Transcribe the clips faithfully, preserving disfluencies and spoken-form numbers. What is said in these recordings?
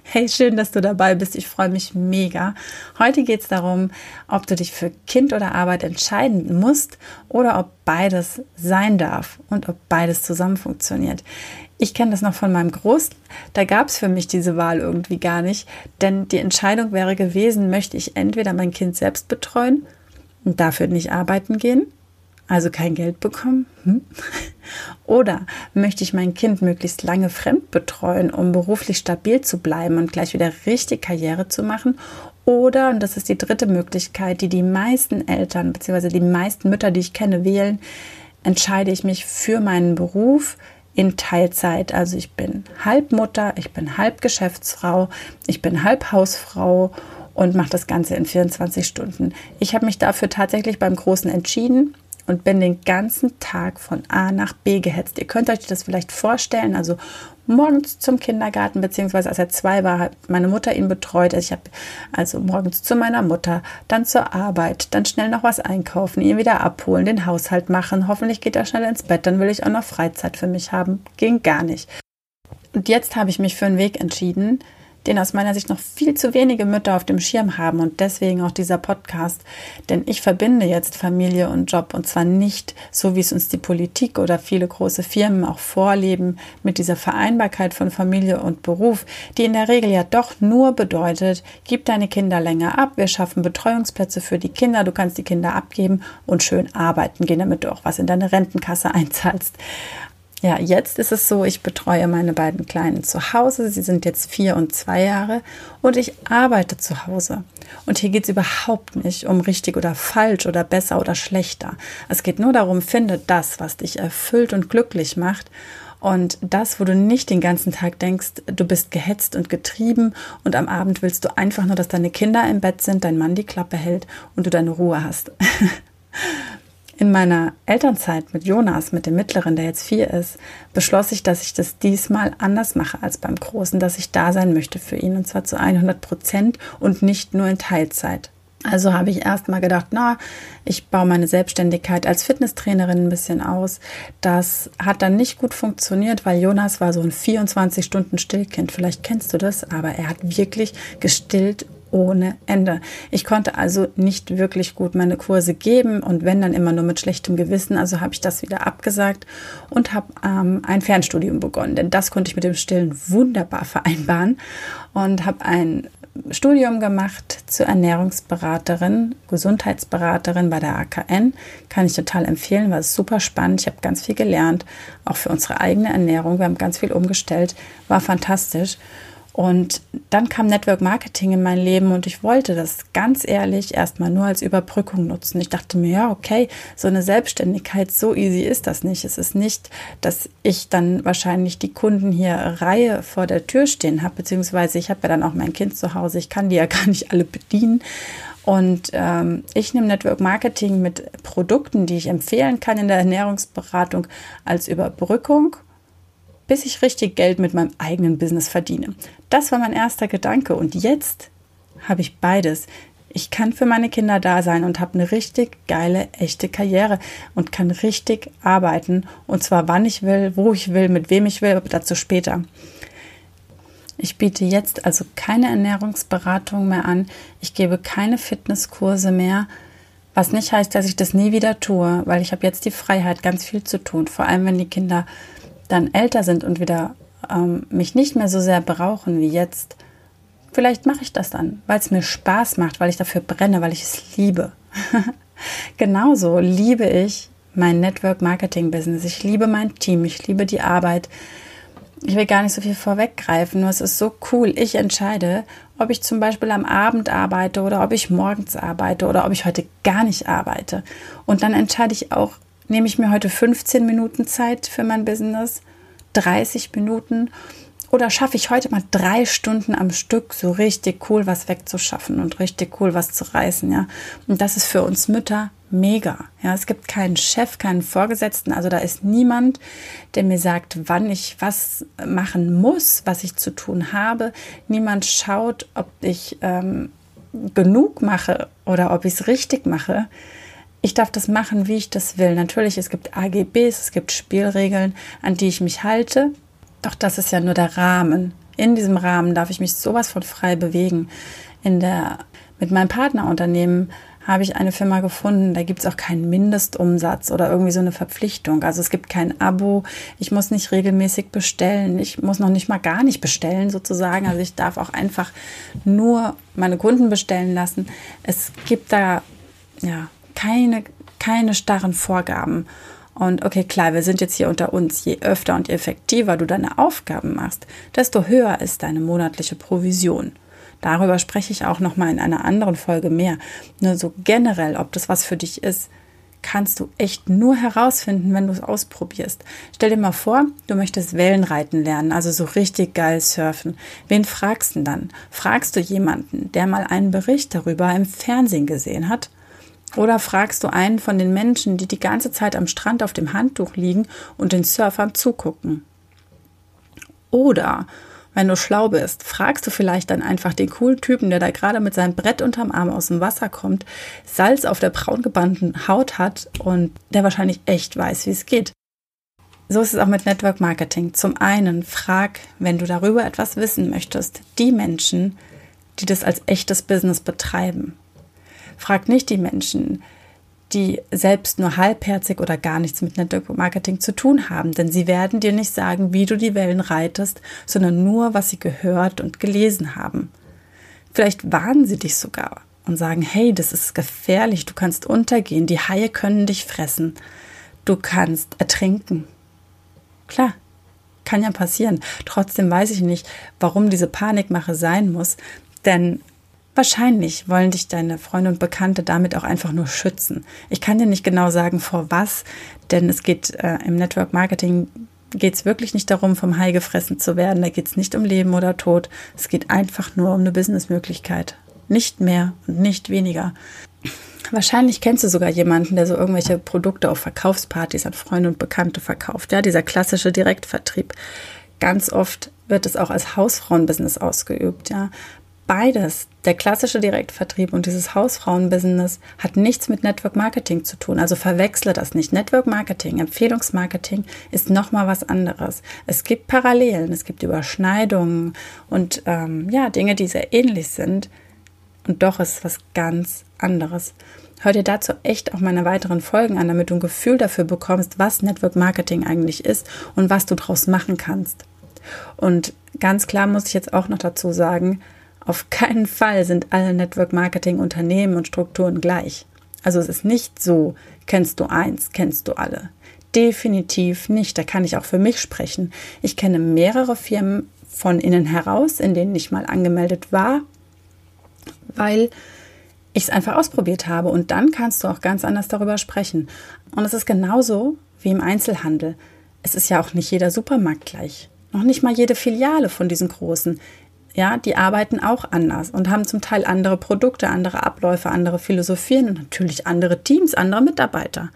Hey, schön, dass du dabei bist. Ich freue mich mega. Heute geht es darum, ob du dich für Kind oder Arbeit entscheiden musst oder ob beides sein darf und ob beides zusammen funktioniert. Ich kenne das noch von meinem Großen. Da gab es für mich diese Wahl irgendwie gar nicht, denn die Entscheidung wäre gewesen, möchte ich entweder mein Kind selbst betreuen und dafür nicht arbeiten gehen, also kein Geld bekommen, hm? Oder möchte ich mein Kind möglichst lange fremd betreuen, um beruflich stabil zu bleiben und gleich wieder richtig Karriere zu machen? Oder, und das ist die dritte Möglichkeit, die die meisten Eltern bzw. die meisten Mütter, die ich kenne, wählen, entscheide ich mich für meinen Beruf in Teilzeit. Also ich bin halb Mutter, ich bin halb Geschäftsfrau, ich bin halb Hausfrau und mache das Ganze in vierundzwanzig Stunden. Ich habe mich dafür tatsächlich beim Großen entschieden und bin den ganzen Tag von A nach B gehetzt. Ihr könnt euch das vielleicht vorstellen, also morgens zum Kindergarten, beziehungsweise als er zwei war, hat meine Mutter ihn betreut. Also ich habe also morgens zu meiner Mutter, dann zur Arbeit, dann schnell noch was einkaufen, ihn wieder abholen, den Haushalt machen. Hoffentlich geht er schnell ins Bett, dann will ich auch noch Freizeit für mich haben. Ging gar nicht. Und jetzt habe ich mich für einen Weg entschieden, den aus meiner Sicht noch viel zu wenige Mütter auf dem Schirm haben und deswegen auch dieser Podcast. Denn ich verbinde jetzt Familie und Job und zwar nicht so, wie es uns die Politik oder viele große Firmen auch vorleben, mit dieser Vereinbarkeit von Familie und Beruf, die in der Regel ja doch nur bedeutet, gib deine Kinder länger ab, wir schaffen Betreuungsplätze für die Kinder, du kannst die Kinder abgeben und schön arbeiten gehen, damit du auch was in deine Rentenkasse einzahlst. Ja, jetzt ist es so, ich betreue meine beiden Kleinen zu Hause. Sie sind jetzt vier und zwei Jahre und ich arbeite zu Hause. Und hier geht es überhaupt nicht um richtig oder falsch oder besser oder schlechter. Es geht nur darum, finde das, was dich erfüllt und glücklich macht. Und das, wo du nicht den ganzen Tag denkst, du bist gehetzt und getrieben und am Abend willst du einfach nur, dass deine Kinder im Bett sind, dein Mann die Klappe hält und du deine Ruhe hast. In meiner Elternzeit mit Jonas, mit dem Mittleren, der jetzt vier ist, beschloss ich, dass ich das diesmal anders mache als beim Großen, dass ich da sein möchte für ihn und zwar zu hundert Prozent und nicht nur in Teilzeit. Also habe ich erst mal gedacht, na, ich baue meine Selbstständigkeit als Fitnesstrainerin ein bisschen aus. Das hat dann nicht gut funktioniert, weil Jonas war so ein vierundzwanzig Stunden Stillkind. Vielleicht kennst du das, aber er hat wirklich gestillt ohne Ende. Ich konnte also nicht wirklich gut meine Kurse geben und wenn, dann immer nur mit schlechtem Gewissen. Also habe ich das wieder abgesagt und habe ähm, ein Fernstudium begonnen, denn das konnte ich mit dem Stillen wunderbar vereinbaren und habe ein Studium gemacht zur Ernährungsberaterin, Gesundheitsberaterin bei der A K N. Kann ich total empfehlen, war super spannend. Ich habe ganz viel gelernt, auch für unsere eigene Ernährung. Wir haben ganz viel umgestellt, war fantastisch. Und dann kam Network Marketing in mein Leben und ich wollte das ganz ehrlich erstmal nur als Überbrückung nutzen. Ich dachte mir, ja, okay, so eine Selbstständigkeit, so easy ist das nicht. Es ist nicht, dass ich dann wahrscheinlich die Kunden hier Reihe vor der Tür stehen habe, beziehungsweise ich habe ja dann auch mein Kind zu Hause, ich kann die ja gar nicht alle bedienen. Und ähm, ich nehme Network Marketing mit Produkten, die ich empfehlen kann in der Ernährungsberatung, als Überbrückung, bis ich richtig Geld mit meinem eigenen Business verdiene. Das war mein erster Gedanke und jetzt habe ich beides. Ich kann für meine Kinder da sein und habe eine richtig geile, echte Karriere und kann richtig arbeiten und zwar wann ich will, wo ich will, mit wem ich will, aber dazu später. Ich biete jetzt also keine Ernährungsberatung mehr an, ich gebe keine Fitnesskurse mehr, was nicht heißt, dass ich das nie wieder tue, weil ich habe jetzt die Freiheit, ganz viel zu tun, vor allem wenn die Kinder dann älter sind und wieder ähm, mich nicht mehr so sehr brauchen wie jetzt. Vielleicht mache ich das dann, weil es mir Spaß macht, weil ich dafür brenne, weil ich es liebe. Genauso liebe ich mein Network-Marketing-Business. Ich liebe mein Team, ich liebe die Arbeit. Ich will gar nicht so viel vorweggreifen, nur es ist so cool. Ich entscheide, ob ich zum Beispiel am Abend arbeite oder ob ich morgens arbeite oder ob ich heute gar nicht arbeite. Und dann entscheide ich auch, nehme ich mir heute fünfzehn Minuten Zeit für mein Business, dreißig Minuten oder schaffe ich heute mal drei Stunden am Stück so richtig cool was wegzuschaffen und richtig cool was zu reißen, ja. Und das ist für uns Mütter mega, ja. Es gibt keinen Chef, keinen Vorgesetzten, also da ist niemand, der mir sagt, wann ich was machen muss, was ich zu tun habe. Niemand schaut, ob ich ähm, genug mache oder ob ich es richtig mache. Ich darf das machen, wie ich das will. Natürlich, es gibt A G Bs, es gibt Spielregeln, an die ich mich halte. Doch das ist ja nur der Rahmen. in diesem Rahmen darf ich mich sowas von frei bewegen. In der, mit meinem Partnerunternehmen habe ich eine Firma gefunden, da gibt es auch keinen Mindestumsatz oder irgendwie so eine Verpflichtung. Also es gibt kein Abo, ich muss nicht regelmäßig bestellen, ich muss noch nicht mal gar nicht bestellen sozusagen. Also ich darf auch einfach nur meine Kunden bestellen lassen. Es gibt da ja keine, keine starren Vorgaben. Und okay, klar, wir sind jetzt hier unter uns. Je öfter und je effektiver du deine Aufgaben machst, desto höher ist deine monatliche Provision. Darüber spreche ich auch nochmal in einer anderen Folge mehr. Nur so generell, ob das was für dich ist, kannst du echt nur herausfinden, wenn du es ausprobierst. Stell dir mal vor, du möchtest Wellenreiten lernen, also so richtig geil surfen. Wen fragst du denn dann? Fragst du jemanden, der mal einen Bericht darüber im Fernsehen gesehen hat? Oder fragst du einen von den Menschen, die die ganze Zeit am Strand auf dem Handtuch liegen und den Surfern zugucken? Oder wenn du schlau bist, fragst du vielleicht dann einfach den coolen Typen, der da gerade mit seinem Brett unterm Arm aus dem Wasser kommt, Salz auf der braun gebannten Haut hat und der wahrscheinlich echt weiß, wie es geht. So ist es auch mit Network Marketing. Zum einen frag, wenn du darüber etwas wissen möchtest, die Menschen, die das als echtes Business betreiben. Frag nicht die Menschen, die selbst nur halbherzig oder gar nichts mit Network Marketing zu tun haben, denn sie werden dir nicht sagen, wie du die Wellen reitest, sondern nur, was sie gehört und gelesen haben. Vielleicht warnen sie dich sogar und sagen, hey, das ist gefährlich, du kannst untergehen, die Haie können dich fressen, du kannst ertrinken. Klar, kann ja passieren. Trotzdem weiß ich nicht, warum diese Panikmache sein muss, denn wahrscheinlich wollen dich deine Freunde und Bekannte damit auch einfach nur schützen. Ich kann dir nicht genau sagen, vor was, denn es geht äh, im Network Marketing geht es wirklich nicht darum, vom Hai gefressen zu werden. Da geht es nicht um Leben oder Tod. Es geht einfach nur um eine Businessmöglichkeit. Nicht mehr und nicht weniger. Wahrscheinlich kennst du sogar jemanden, der so irgendwelche Produkte auf Verkaufspartys an Freunde und Bekannte verkauft. Ja, dieser klassische Direktvertrieb. Ganz oft wird es auch als Hausfrauenbusiness ausgeübt, ja. Beides, der klassische Direktvertrieb und dieses Hausfrauenbusiness, hat nichts mit Network Marketing zu tun. Also verwechsle das nicht. Network Marketing, Empfehlungsmarketing ist nochmal was anderes. Es gibt Parallelen, es gibt Überschneidungen und ähm, ja, Dinge, die sehr ähnlich sind. Und doch ist es was ganz anderes. Hör dir dazu echt auch meine weiteren Folgen an, damit du ein Gefühl dafür bekommst, was Network Marketing eigentlich ist und was du daraus machen kannst. Und ganz klar muss ich jetzt auch noch dazu sagen, auf keinen Fall sind alle Network-Marketing-Unternehmen und Strukturen gleich. Also es ist nicht so, kennst du eins, kennst du alle. Definitiv nicht, da kann ich auch für mich sprechen. Ich kenne mehrere Firmen von innen heraus, in denen ich mal angemeldet war, weil ich es einfach ausprobiert habe. Und dann kannst du auch ganz anders darüber sprechen. Und es ist genauso wie im Einzelhandel. Es ist ja auch nicht jeder Supermarkt gleich. Noch nicht mal jede Filiale von diesen großen. Ja, die arbeiten auch anders und haben zum Teil andere Produkte, andere Abläufe, andere Philosophien und natürlich andere Teams, andere Mitarbeiter.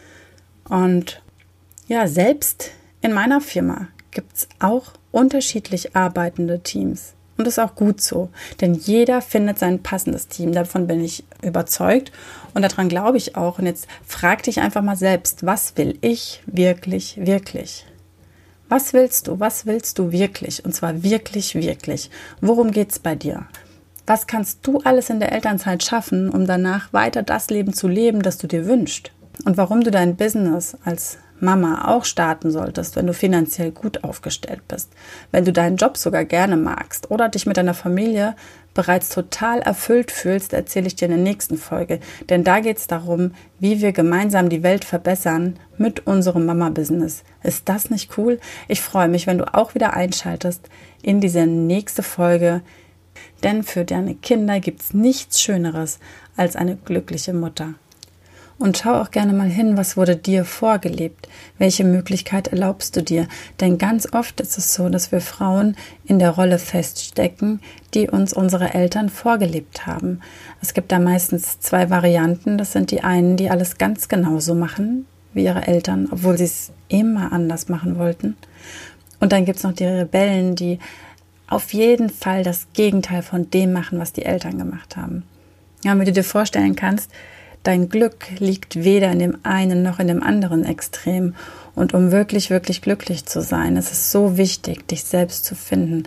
Und ja, selbst in meiner Firma gibt es auch unterschiedlich arbeitende Teams. Und das ist auch gut so, denn jeder findet sein passendes Team. Davon bin ich überzeugt und daran glaube ich auch. Und jetzt frag dich einfach mal selbst, was will ich wirklich, wirklich? Was willst du? Was willst du wirklich? Und zwar wirklich, wirklich. Worum geht's bei dir? Was kannst du alles in der Elternzeit schaffen, um danach weiter das Leben zu leben, das du dir wünschst? Und warum du dein Business als Mama auch starten solltest, wenn du finanziell gut aufgestellt bist, wenn du deinen Job sogar gerne magst oder dich mit deiner Familie bereits total erfüllt fühlst, erzähle ich dir in der nächsten Folge. Denn da geht es darum, wie wir gemeinsam die Welt verbessern mit unserem Mama-Business. Ist das nicht cool? Ich freue mich, wenn du auch wieder einschaltest in diese nächste Folge. Denn für deine Kinder gibt es nichts Schöneres als eine glückliche Mutter. Und schau auch gerne mal hin, was wurde dir vorgelebt? Welche Möglichkeit erlaubst du dir? Denn ganz oft ist es so, dass wir Frauen in der Rolle feststecken, die uns unsere Eltern vorgelebt haben. Es gibt da meistens zwei Varianten. Das sind die einen, die alles ganz genauso machen wie ihre Eltern, obwohl sie es immer anders machen wollten. Und dann gibt es noch die Rebellen, die auf jeden Fall das Gegenteil von dem machen, was die Eltern gemacht haben. Ja, wenn du dir vorstellen kannst, dein Glück liegt weder in dem einen noch in dem anderen Extrem. Und um wirklich, wirklich glücklich zu sein, ist es so wichtig, dich selbst zu finden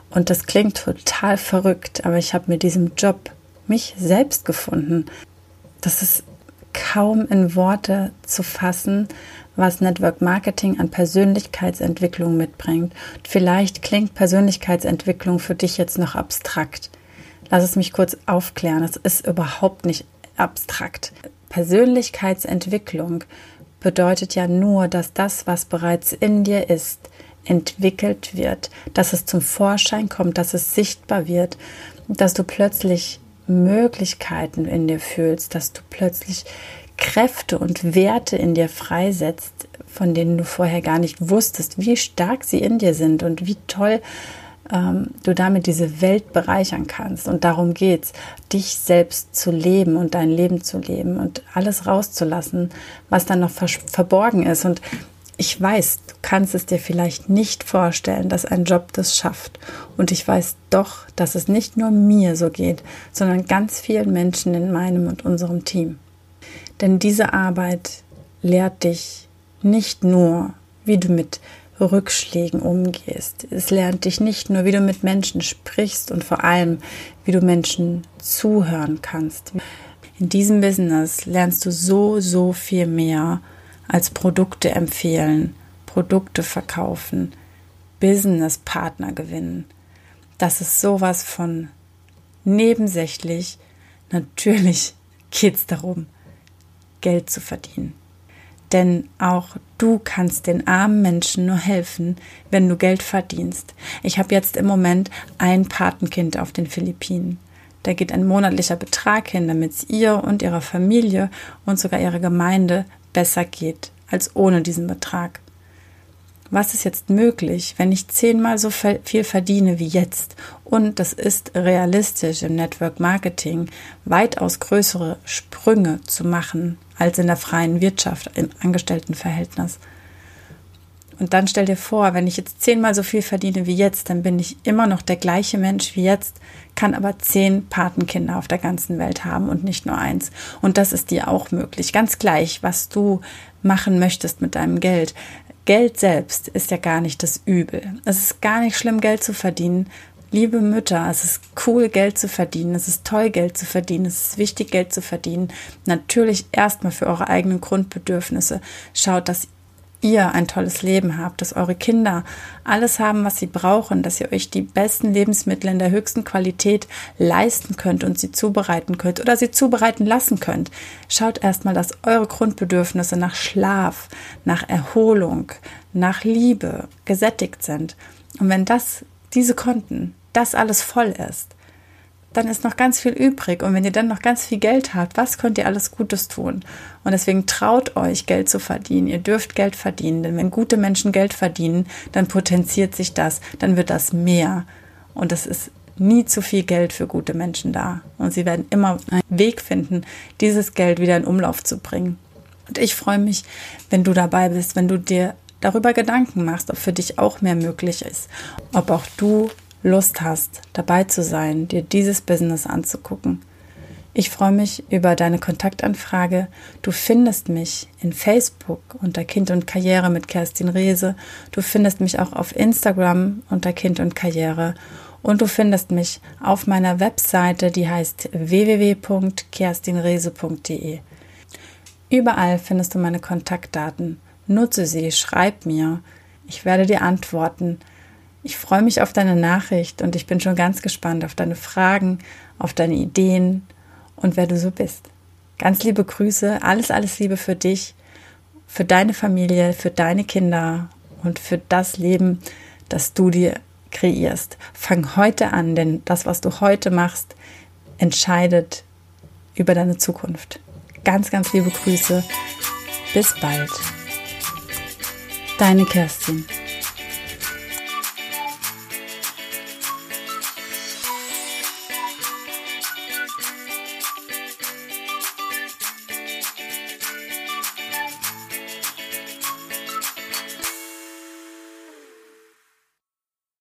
Und das klingt total verrückt, aber ich habe mit diesem Job mich selbst gefunden. Das ist kaum in Worte zu fassen, was Network Marketing an Persönlichkeitsentwicklung mitbringt. Vielleicht klingt Persönlichkeitsentwicklung für dich jetzt noch abstrakt. Lass es mich kurz aufklären. Es ist überhaupt nicht abstrakt. Persönlichkeitsentwicklung bedeutet ja nur, dass das, was bereits in dir ist, entwickelt wird, dass es zum Vorschein kommt, dass es sichtbar wird, dass du plötzlich Möglichkeiten in dir fühlst, dass du plötzlich Kräfte und Werte in dir freisetzt, von denen du vorher gar nicht wusstest, wie stark sie in dir sind und wie toll ähm, du damit diese Welt bereichern kannst. Und darum geht's, dich selbst zu leben und dein Leben zu leben und alles rauszulassen, was dann noch vers- verborgen ist. Und ich weiß, du kannst es dir vielleicht nicht vorstellen, dass ein Job das schafft. Und ich weiß doch, dass es nicht nur mir so geht, sondern ganz vielen Menschen in meinem und unserem Team. Denn diese Arbeit lehrt dich nicht nur, wie du mit Rückschlägen umgehst. Es lernt dich nicht nur, wie du mit Menschen sprichst und vor allem, wie du Menschen zuhören kannst. In diesem Business lernst du so, so viel mehr als Produkte empfehlen, Produkte verkaufen, Businesspartner gewinnen. Das ist sowas von nebensächlich. Natürlich geht es darum, Geld zu verdienen. Denn auch du kannst den armen Menschen nur helfen, wenn du Geld verdienst. Ich habe jetzt im Moment ein Patenkind auf den Philippinen. Da geht ein monatlicher Betrag hin, damit es ihr und ihrer Familie und sogar ihrer Gemeinde besser geht als ohne diesen Betrag. Was ist jetzt möglich, wenn ich zehnmal so viel verdiene wie jetzt? Und das ist realistisch im Network Marketing, weitaus größere Sprünge zu machen als in der freien Wirtschaft im Angestelltenverhältnis. Und dann stell dir vor, wenn ich jetzt zehnmal so viel verdiene wie jetzt, dann bin ich immer noch der gleiche Mensch wie jetzt, kann aber zehn Patenkinder auf der ganzen Welt haben und nicht nur eins. Und das ist dir auch möglich. Ganz gleich, was du machen möchtest mit deinem Geld. Geld selbst ist ja gar nicht das Übel. Es ist gar nicht schlimm, Geld zu verdienen. Liebe Mütter, es ist cool, Geld zu verdienen. Es ist toll, Geld zu verdienen. Es ist wichtig, Geld zu verdienen. Natürlich erstmal für eure eigenen Grundbedürfnisse. Schaut, dass ihr ein tolles Leben habt, dass eure Kinder alles haben, was sie brauchen, dass ihr euch die besten Lebensmittel in der höchsten Qualität leisten könnt und sie zubereiten könnt oder sie zubereiten lassen könnt. Schaut erstmal, dass eure Grundbedürfnisse nach Schlaf, nach Erholung, nach Liebe gesättigt sind. Und wenn das, diese Konten, das alles voll ist, dann ist noch ganz viel übrig. Und wenn ihr dann noch ganz viel Geld habt, was könnt ihr alles Gutes tun? Und deswegen traut euch, Geld zu verdienen. Ihr dürft Geld verdienen, denn wenn gute Menschen Geld verdienen, dann potenziert sich das, dann wird das mehr. Und es ist nie zu viel Geld für gute Menschen da. Und sie werden immer einen Weg finden, dieses Geld wieder in Umlauf zu bringen. Und ich freue mich, wenn du dabei bist, wenn du dir darüber Gedanken machst, ob für dich auch mehr möglich ist, ob auch du Lust hast, dabei zu sein, dir dieses Business anzugucken. Ich freue mich über deine Kontaktanfrage. Du findest mich in Facebook unter Kind und Karriere mit Kerstin Rehse. Du findest mich auch auf Instagram unter Kind und Karriere. Und du findest mich auf meiner Webseite, die heißt w w w punkt kerstin rehse punkt d e. Überall findest du meine Kontaktdaten. Nutze sie, schreib mir. Ich werde dir antworten. Ich freue mich auf deine Nachricht und ich bin schon ganz gespannt auf deine Fragen, auf deine Ideen und wer du so bist. Ganz liebe Grüße, alles, alles Liebe für dich, für deine Familie, für deine Kinder und für das Leben, das du dir kreierst. Fang heute an, denn das, was du heute machst, entscheidet über deine Zukunft. Ganz, ganz liebe Grüße. Bis bald. Deine Kerstin.